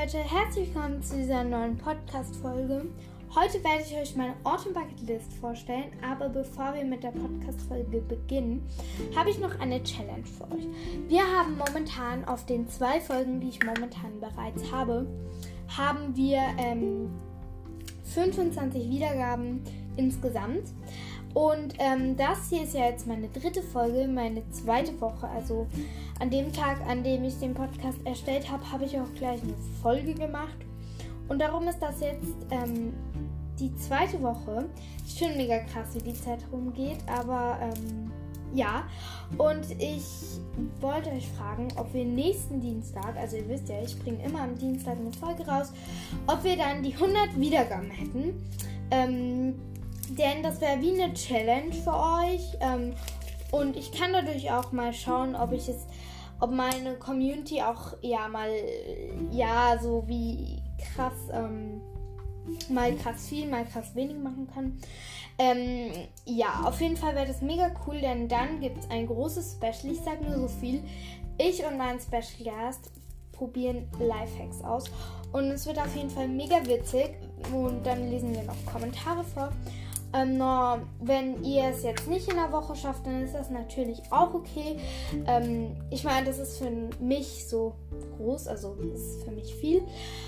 Leute, herzlich willkommen zu dieser neuen Podcast-Folge. Heute werde ich euch meine Autumn Bucket List vorstellen, aber bevor wir mit der Podcast-Folge beginnen, habe ich noch eine Challenge für euch. Wir haben momentan auf den 2 Folgen, die ich momentan bereits habe, haben wir 25 Wiedergaben insgesamt. Und das hier ist ja jetzt meine 3. Folge, meine 2. Woche. Also an dem Tag, an dem ich den Podcast erstellt habe, habe ich auch gleich eine Folge gemacht. Und darum ist das jetzt die 2. Woche. Ist schon mega krass, wie die Zeit rumgeht. Aber ja. Und ich wollte euch fragen, ob wir nächsten Dienstag, also ihr wisst ja, ich bringe immer am Dienstag eine Folge raus, ob wir dann die 100 Wiedergaben hätten. Denn das wäre wie eine Challenge für euch. Und ich kann dadurch auch mal schauen, ob meine Community auch so wie krass, mal krass viel, mal krass wenig machen kann. Auf jeden Fall wäre das mega cool, denn dann gibt es ein großes Special. Ich sage nur so viel. Ich und mein Special Guest probieren Lifehacks aus. Und es wird auf jeden Fall mega witzig. Und dann lesen wir noch Kommentare vor. Wenn ihr es jetzt nicht in der Woche schafft, dann ist das natürlich auch okay. Ich meine, das ist für mich so groß, also das ist für mich viel.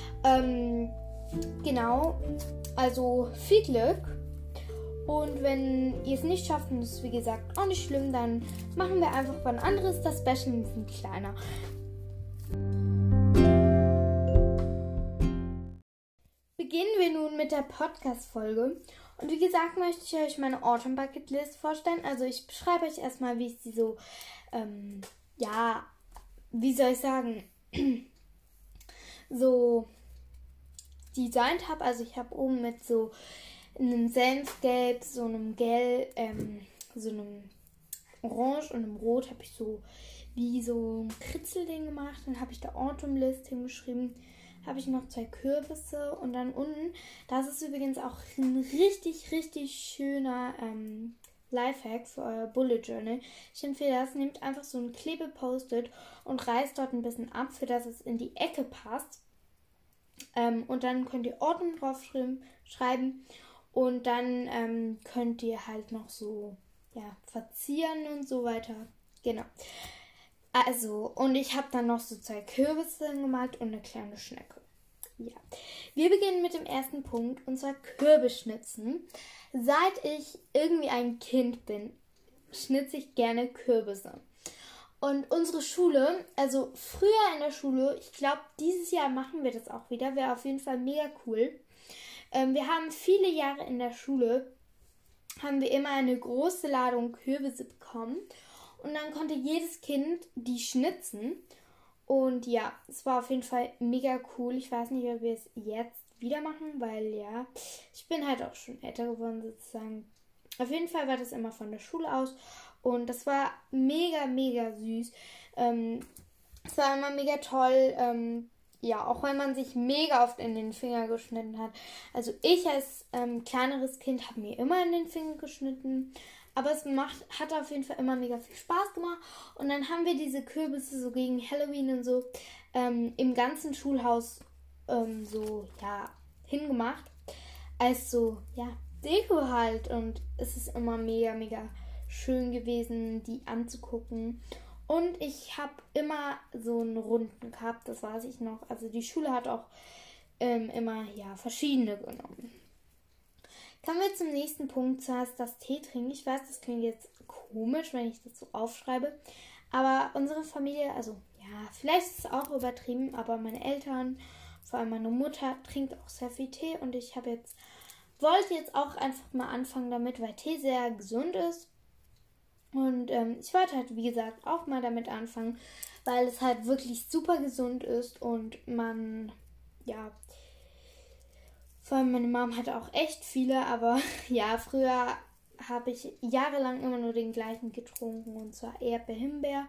Genau, also viel Glück. Und wenn ihr es nicht schafft, und das ist wie gesagt auch nicht schlimm, dann machen wir einfach wann anderes. Das Special ist ein bisschen kleiner. Beginnen wir nun mit der Podcast-Folge. Und wie gesagt, möchte ich euch meine Autumn Bucket List vorstellen. Also ich beschreibe euch erstmal, wie ich sie so, wie soll ich sagen, so designt habe. Also ich habe oben mit so einem Senfgelb, so einem Gelb, so einem Orange und einem Rot habe ich so wie so ein Kritzelding gemacht. Dann habe ich da Autumn List hingeschrieben. Habe ich noch 2 Kürbisse und dann unten, das ist übrigens auch ein richtig, richtig schöner Lifehack für euer Bullet Journal. Ich empfehle das, nehmt einfach so ein Klebe-Post-it und reißt dort ein bisschen ab, für das es in die Ecke passt. Und dann könnt ihr Autumn drauf schreiben und dann könnt ihr halt noch so verzieren und so weiter. Genau. Also, und ich habe dann noch so 2 Kürbisse gemalt und eine kleine Schnecke. Ja. Wir beginnen mit dem ersten Punkt, und zwar Kürbisschnitzen. Seit ich irgendwie ein Kind bin, schnitze ich gerne Kürbisse. Und unsere Schule, also früher in der Schule, ich glaube, dieses Jahr machen wir das auch wieder, wäre auf jeden Fall mega cool. Wir haben viele Jahre in der Schule, haben wir immer eine große Ladung Kürbisse bekommen. Und dann konnte jedes Kind die schnitzen. Und ja, es war auf jeden Fall mega cool. Ich weiß nicht, ob wir es jetzt wieder machen, weil ich bin halt auch schon älter geworden sozusagen. Auf jeden Fall war das immer von der Schule aus. Und das war mega, mega süß. Es war immer mega toll. Auch wenn man sich mega oft in den Finger geschnitten hat. Also ich als kleineres Kind habe mir immer in den Finger geschnitten. Aber es hat auf jeden Fall immer mega viel Spaß gemacht. Und dann haben wir diese Kürbisse so gegen Halloween und so im ganzen Schulhaus hingemacht. Als so, Deko halt. Und es ist immer mega, mega schön gewesen, die anzugucken. Und ich habe immer so einen runden gehabt, das weiß ich noch. Also die Schule hat auch immer verschiedene genommen. Kommen wir zum nächsten Punkt, zuerst das Tee trinken. Ich weiß, das klingt jetzt komisch, wenn ich das so aufschreibe. Aber unsere Familie, vielleicht ist es auch übertrieben, aber meine Eltern, vor allem meine Mutter, trinkt auch sehr viel Tee. Und ich wollte jetzt auch einfach mal anfangen damit, weil Tee sehr gesund ist. Und ich wollte halt, wie gesagt, auch mal damit anfangen, weil es halt wirklich super gesund ist und man, vor allem meine Mom hatte auch echt viele, aber früher habe ich jahrelang immer nur den gleichen getrunken, und zwar Erdbeer-Himbeer.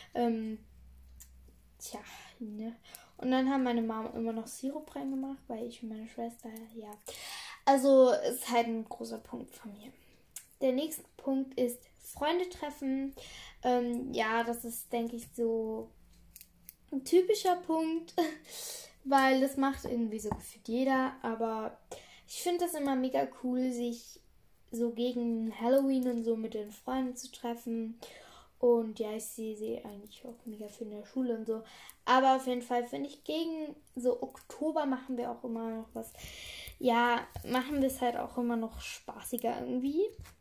Und dann haben meine Mom immer noch Sirup reingemacht, weil ich und meine Schwester, Also ist halt ein großer Punkt von mir. Der nächste Punkt ist Freunde treffen. Das ist, denke ich, so ein typischer Punkt. weil das macht irgendwie so gefühlt jeder, aber ich finde das immer mega cool, sich so gegen Halloween und so mit den Freunden zu treffen. Und ja, ich sehe sie eigentlich auch mega viel in der Schule und so. Aber auf jeden Fall finde ich, gegen so Oktober machen wir auch immer noch was. Ja, machen wir es halt auch immer noch spaßiger irgendwie.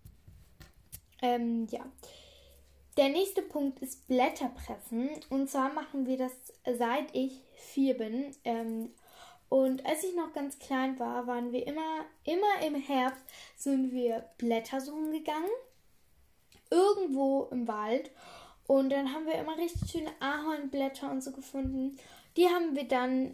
Ja. Der nächste Punkt ist Blätterpressen. Und zwar machen wir das, seit ich 4 bin. Und als ich noch ganz klein war, waren wir immer im Herbst, sind wir Blätter suchen gegangen. Irgendwo im Wald. Und dann haben wir immer richtig schöne Ahornblätter und so gefunden. Die haben wir dann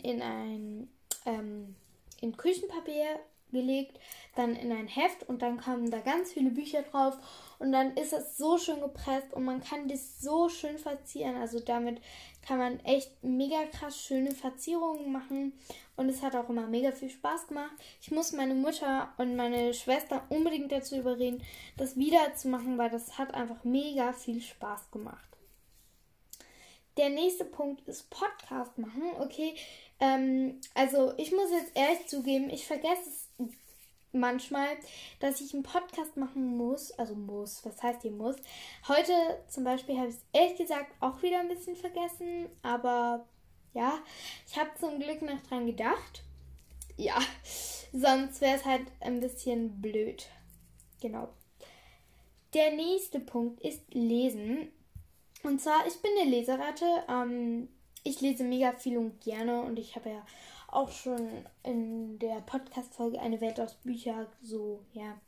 in Küchenpapier gelegt, dann in ein Heft und dann kamen da ganz viele Bücher drauf und dann ist es so schön gepresst und man kann das so schön verzieren. Also damit kann man echt mega krass schöne Verzierungen machen und es hat auch immer mega viel Spaß gemacht. Ich muss meine Mutter und meine Schwester unbedingt dazu überreden, das wieder zu machen, weil das hat einfach mega viel Spaß gemacht. Der nächste Punkt ist Podcast machen. Okay, also ich muss jetzt ehrlich zugeben, ich vergesse es manchmal, dass ich einen Podcast machen muss. Also muss, was heißt hier muss? Heute zum Beispiel habe ich es ehrlich gesagt auch wieder ein bisschen vergessen. Aber ja, ich habe zum Glück noch dran gedacht. Ja, sonst wäre es halt ein bisschen blöd. Genau. Der nächste Punkt ist Lesen. Und zwar, ich bin eine Leseratte. Ich lese mega viel und gerne und ich habe ja auch schon in der Podcast-Folge Eine Welt aus Büchern so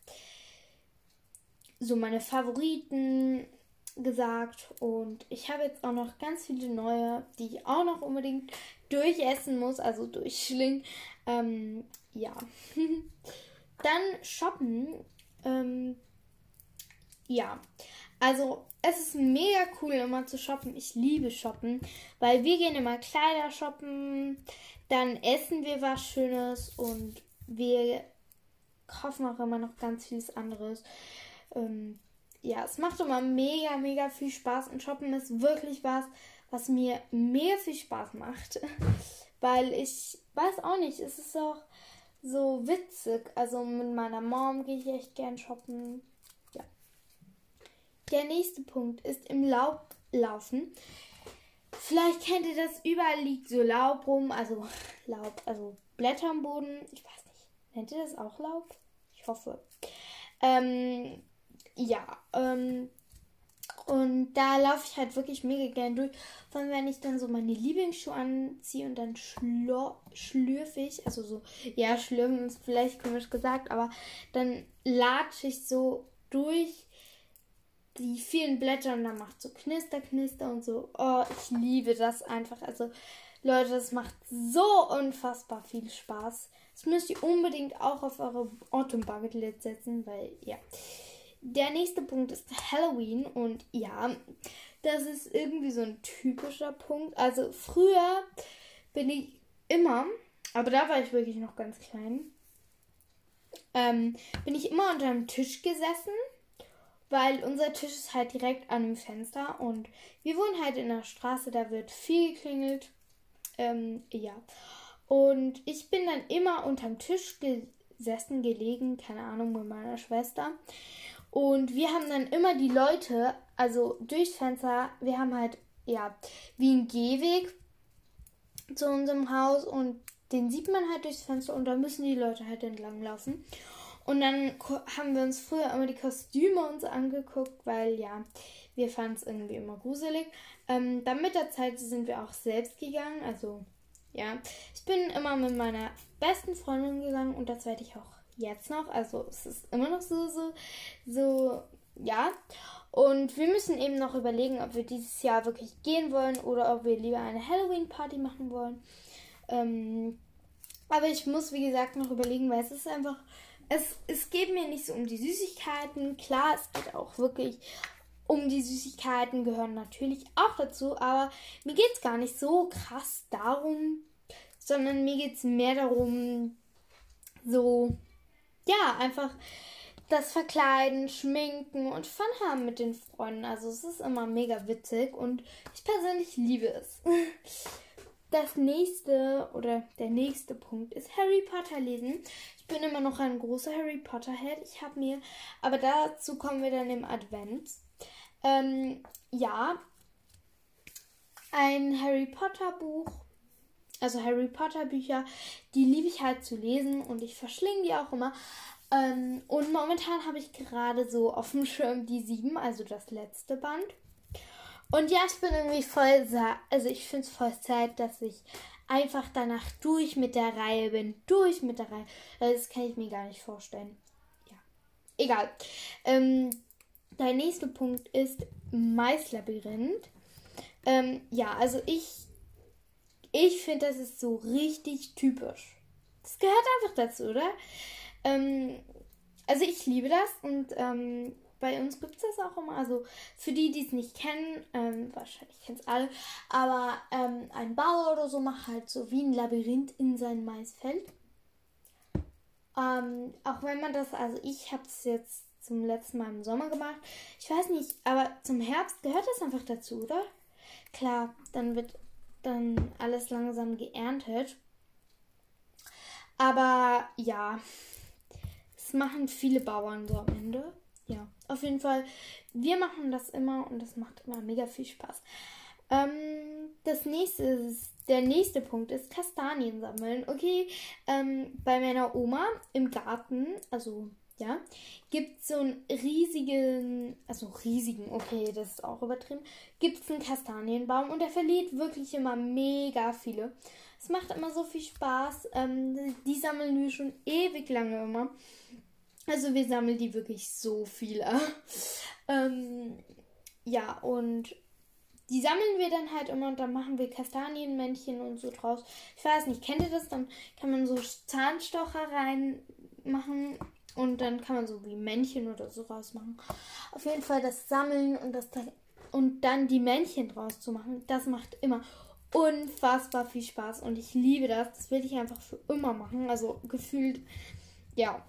meine Favoriten gesagt und ich habe jetzt auch noch ganz viele neue, die ich auch noch unbedingt durchessen muss, also durchschlingen. Ja. Dann shoppen. Ja, also es ist mega cool immer zu shoppen. Ich liebe shoppen, weil wir gehen immer Kleider shoppen, dann essen wir was Schönes und wir kaufen auch immer noch ganz vieles anderes. Ja, es macht immer mega, mega viel Spaß und shoppen ist wirklich was mir mega viel Spaß macht, weil ich weiß auch nicht, es ist auch so witzig. Also mit meiner Mom gehe ich echt gern shoppen. Der nächste Punkt ist im Laub laufen. Vielleicht kennt ihr das, überall liegt so Laub rum, also Blätter am Boden. Ich weiß nicht, nennt ihr das auch Laub? Ich hoffe. Und da laufe ich halt wirklich mega gern durch. Vor allem, wenn ich dann so meine Lieblingsschuhe anziehe und dann schlürfe ich, also so, ja, schlürfen ist vielleicht komisch gesagt, aber dann latsche ich so durch die vielen Blätter und dann macht so Knister und so. Oh, ich liebe das einfach. Also, Leute, das macht so unfassbar viel Spaß. Das müsst ihr unbedingt auch auf eure Autumn-Bucket-List setzen, weil, ja. Der nächste Punkt ist Halloween und ja, das ist irgendwie so ein typischer Punkt. Also, früher bin ich immer, aber da war ich wirklich noch ganz klein, bin ich immer unter einem Tisch gesessen, weil unser Tisch ist halt direkt an dem Fenster und wir wohnen halt in der Straße, da wird viel geklingelt. Ja. Und ich bin dann immer unterm Tisch gesessen, gelegen, keine Ahnung, mit meiner Schwester. Und wir haben dann immer die Leute, also durchs Fenster, wir haben halt, ja, wie ein Gehweg zu unserem Haus und den sieht man halt durchs Fenster und da müssen die Leute halt entlang laufen. Und dann haben wir uns früher immer die Kostüme uns angeguckt, weil ja, wir fanden es irgendwie immer gruselig. Dann mit der Zeit sind wir auch selbst gegangen, also ja, ich bin immer mit meiner besten Freundin gegangen und das werde ich auch jetzt noch, also es ist immer noch so, ja. Und wir müssen eben noch überlegen, ob wir dieses Jahr wirklich gehen wollen oder ob wir lieber eine Halloween-Party machen wollen. Aber ich muss, wie gesagt, noch überlegen, weil es ist einfach, es geht mir nicht so um die Süßigkeiten. Klar, es geht auch wirklich um die Süßigkeiten, gehören natürlich auch dazu, aber mir geht es gar nicht so krass darum, sondern mir geht es mehr darum, so, ja, einfach das Verkleiden, Schminken und Fun haben mit den Freunden. Also es ist immer mega witzig und ich persönlich liebe es. das nächste oder der nächste Punkt ist Harry Potter lesen. Ich bin immer noch ein großer Harry Potter-Head. Ich habe mir, aber dazu kommen wir dann im Advent. Ja, ein Harry Potter Buch, also Harry Potter Bücher, die liebe ich halt zu lesen und ich verschlinge die auch immer. Und momentan habe ich gerade so auf dem Schirm die 7, also das letzte Band. Und ja, ich bin irgendwie voll, also ich finde es voll Zeit, dass ich einfach danach durch mit der Reihe bin. Durch mit der Reihe. Das kann ich mir gar nicht vorstellen. Ja, egal. Der nächste Punkt ist Maislabyrinth. Ja, also ich finde, das ist so richtig typisch. Das gehört einfach dazu, oder? Also ich liebe das und bei uns gibt es das auch immer. Also für die, die es nicht kennen, wahrscheinlich kennen es alle, aber ein Bauer oder so macht halt so wie ein Labyrinth in sein Maisfeld. Auch wenn man das, also ich habe es jetzt zum letzten Mal im Sommer gemacht. Ich weiß nicht, aber zum Herbst gehört das einfach dazu, oder? Klar, dann wird dann alles langsam geerntet. Aber ja, es machen viele Bauern so am Ende. Ja, auf jeden Fall, wir machen das immer und das macht immer mega viel Spaß. Der nächste Punkt ist Kastanien sammeln. Okay, bei meiner Oma im Garten, also ja, gibt es so einen riesigen, okay, das ist auch übertrieben, gibt es einen Kastanienbaum und der verliert wirklich immer mega viele. Es macht immer so viel Spaß. Die sammeln wir schon ewig lange immer. Also wir sammeln die wirklich so viele. Ja, und die sammeln wir dann halt immer und dann machen wir Kastanienmännchen und so draus. Ich weiß nicht, kennt ihr das? Dann kann man so Zahnstocher reinmachen und dann kann man so wie Männchen oder so rausmachen. Auf jeden Fall das Sammeln und dann die Männchen draus zu machen, das macht immer unfassbar viel Spaß und ich liebe das. Das will ich einfach für immer machen. Also gefühlt, ja.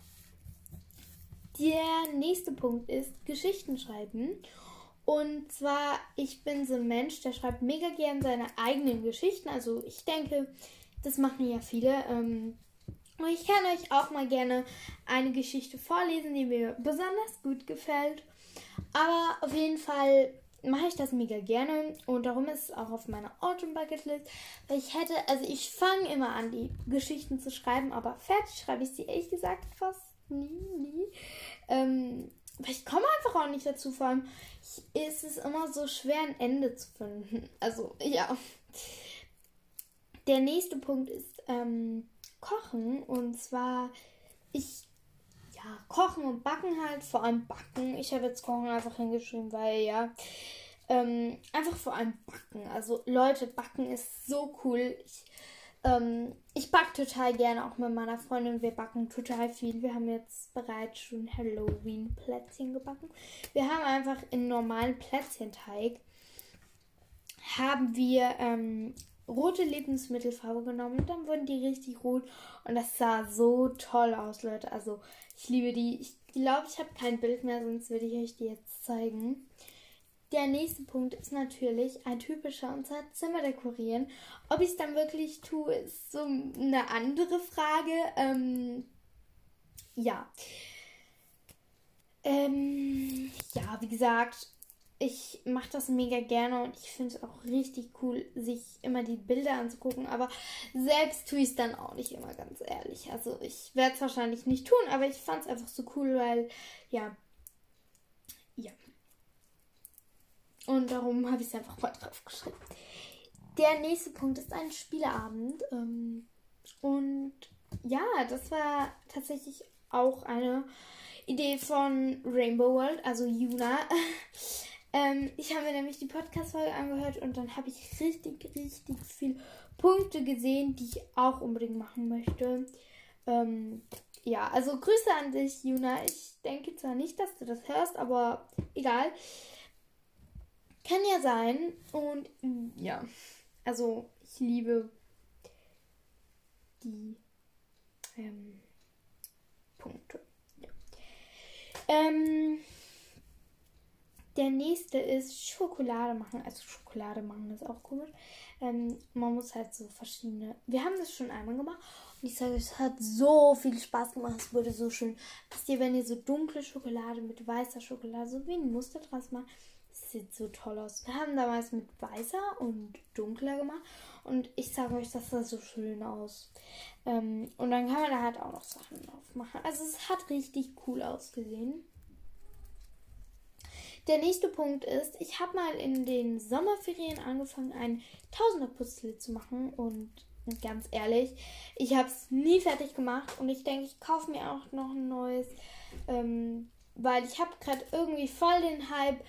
Der nächste Punkt ist Geschichten schreiben. Und zwar, ich bin so ein Mensch, der schreibt mega gern seine eigenen Geschichten. Also ich denke, das machen ja viele. Und ich kann euch auch mal gerne eine Geschichte vorlesen, die mir besonders gut gefällt. Aber auf jeden Fall mache ich das mega gerne. Und darum ist es auch auf meiner Autumn Bucket List. Weil ich fange immer an, die Geschichten zu schreiben. Aber fertig schreibe ich sie ehrlich gesagt fast nie. Weil ich komme einfach auch nicht dazu. Vor allem ist es immer so schwer, ein Ende zu finden. Also, ja. Der nächste Punkt ist Kochen. Und zwar, Kochen und Backen halt. Vor allem Backen. Ich habe jetzt Kochen einfach hingeschrieben, weil, ja, einfach vor allem Backen. Also, Leute, Backen ist so cool. Ich backe total gerne, auch mit meiner Freundin. Wir backen total viel. Wir haben jetzt bereits schon Halloween-Plätzchen gebacken. Wir haben einfach in normalen Plätzchenteig haben wir rote Lebensmittelfarbe genommen und dann wurden die richtig rot und das sah so toll aus, Leute. Also ich liebe die. Ich glaube, ich habe kein Bild mehr, sonst würde ich euch die jetzt zeigen. Der nächste Punkt ist natürlich ein typischer, unser Zimmer dekorieren. Ob ich es dann wirklich tue, ist so eine andere Frage. Ja, wie gesagt, ich mache das mega gerne und ich finde es auch richtig cool, sich immer die Bilder anzugucken. Aber selbst tue ich es dann auch nicht immer, ganz ehrlich. Also ich werde es wahrscheinlich nicht tun, aber ich fand es einfach so cool, weil, ja. Und darum habe ich es einfach mal drauf geschrieben. Der nächste Punkt ist ein Spieleabend. Und ja, das war tatsächlich auch eine Idee von Rainbow World, also Juna. Ich habe mir nämlich die Podcast-Folge angehört und dann habe ich richtig, richtig viele Punkte gesehen, die ich auch unbedingt machen möchte. Ja, also Grüße an dich, Juna. Ich denke zwar nicht, dass du das hörst, aber egal. Kann ja sein. Und ja, also ich liebe die Punkte. Ja. Der nächste ist Schokolade machen. Also Schokolade machen ist auch komisch. Man muss halt so verschiedene... Wir haben das schon einmal gemacht. Und ich sage, es hat so viel Spaß gemacht. Es wurde so schön. Wisst ihr, wenn ihr so dunkle Schokolade mit weißer Schokolade, so wie ein Muster draus macht, das sieht so toll aus. Wir haben damals mit weißer und dunkler gemacht. Und ich sage euch, das sah so schön aus. Und dann kann man da halt auch noch Sachen drauf machen. Also es hat richtig cool ausgesehen. Der nächste Punkt ist, ich habe mal in den Sommerferien angefangen, ein Tausender-Puzzle zu machen. Und ganz ehrlich, ich habe es nie fertig gemacht. Und ich denke, ich kaufe mir auch noch ein neues. Weil ich habe gerade irgendwie voll den Hype,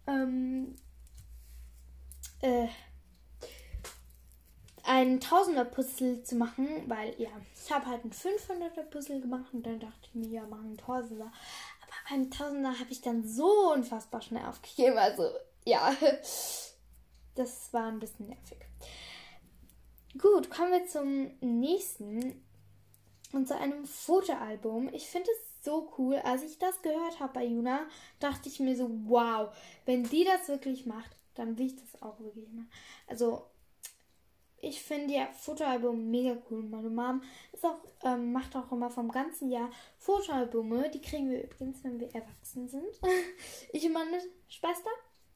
ein Tausender-Puzzle zu machen. Weil, ja, ich habe halt ein 500er-Puzzle gemacht. Und dann dachte ich mir, ja, mach ein Tausender. Beim Tausender habe ich dann so unfassbar schnell aufgegeben. Also, ja, das war ein bisschen nervig. Gut, kommen wir zum nächsten. Und zu einem Fotoalbum. Ich finde es so cool. Als ich das gehört habe bei Juna, dachte ich mir so, wow, wenn die das wirklich macht, dann will ich das auch wirklich machen. Also, ich finde ja Fotoalbum mega cool. Meine Mom ist auch, macht auch immer vom ganzen Jahr Fotoalbume. Die kriegen wir übrigens, wenn wir erwachsen sind. Ich und meine Schwester.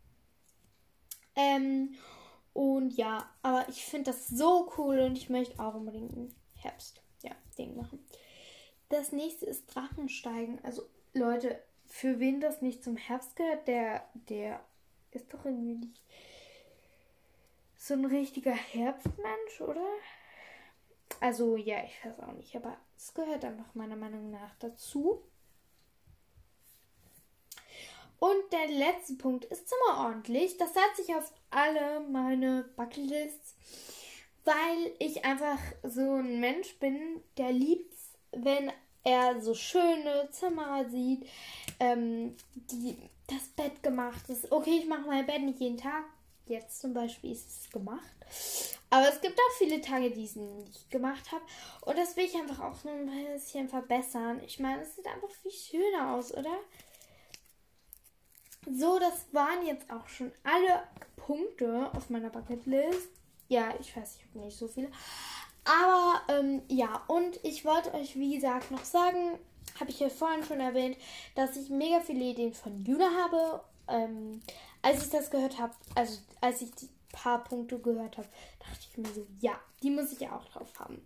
Und ja, aber ich finde das so cool und ich möchte auch unbedingt ein Herbst-Ding machen. Das nächste ist Drachensteigen. Also Leute, für wen das nicht zum Herbst gehört, der ist doch irgendwie nicht so ein richtiger Herbstmensch, oder? Also, ja, ich weiß auch nicht, aber es gehört einfach meiner Meinung nach dazu. Und der letzte Punkt ist zimmerordentlich. Das setze ich auf alle meine Bucketlists, weil ich einfach so ein Mensch bin, der liebt es, wenn er so schöne Zimmer sieht, das Bett gemacht ist. Okay, ich mache mein Bett nicht jeden Tag. Jetzt zum Beispiel ist es gemacht. Aber es gibt auch viele Tage, die ich es nicht gemacht habe. Und das will ich einfach auch so ein bisschen verbessern. Ich meine, es sieht einfach viel schöner aus, oder? So, das waren jetzt auch schon alle Punkte auf meiner Bucketlist. Ja, ich weiß, ich habe nicht so viele. Aber, ja, und ich wollte euch, wie gesagt, noch sagen, habe ich ja vorhin schon erwähnt, dass ich mega viele Ideen von Juna habe. Als ich das gehört habe, also als ich die paar Punkte gehört habe, dachte ich mir so, ja, die muss ich ja auch drauf haben.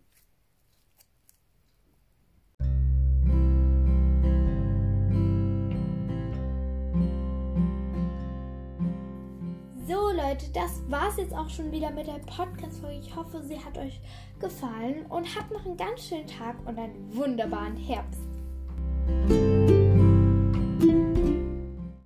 So Leute, das war's jetzt auch schon wieder mit der Podcast-Folge. Ich hoffe, sie hat euch gefallen und habt noch einen ganz schönen Tag und einen wunderbaren Herbst.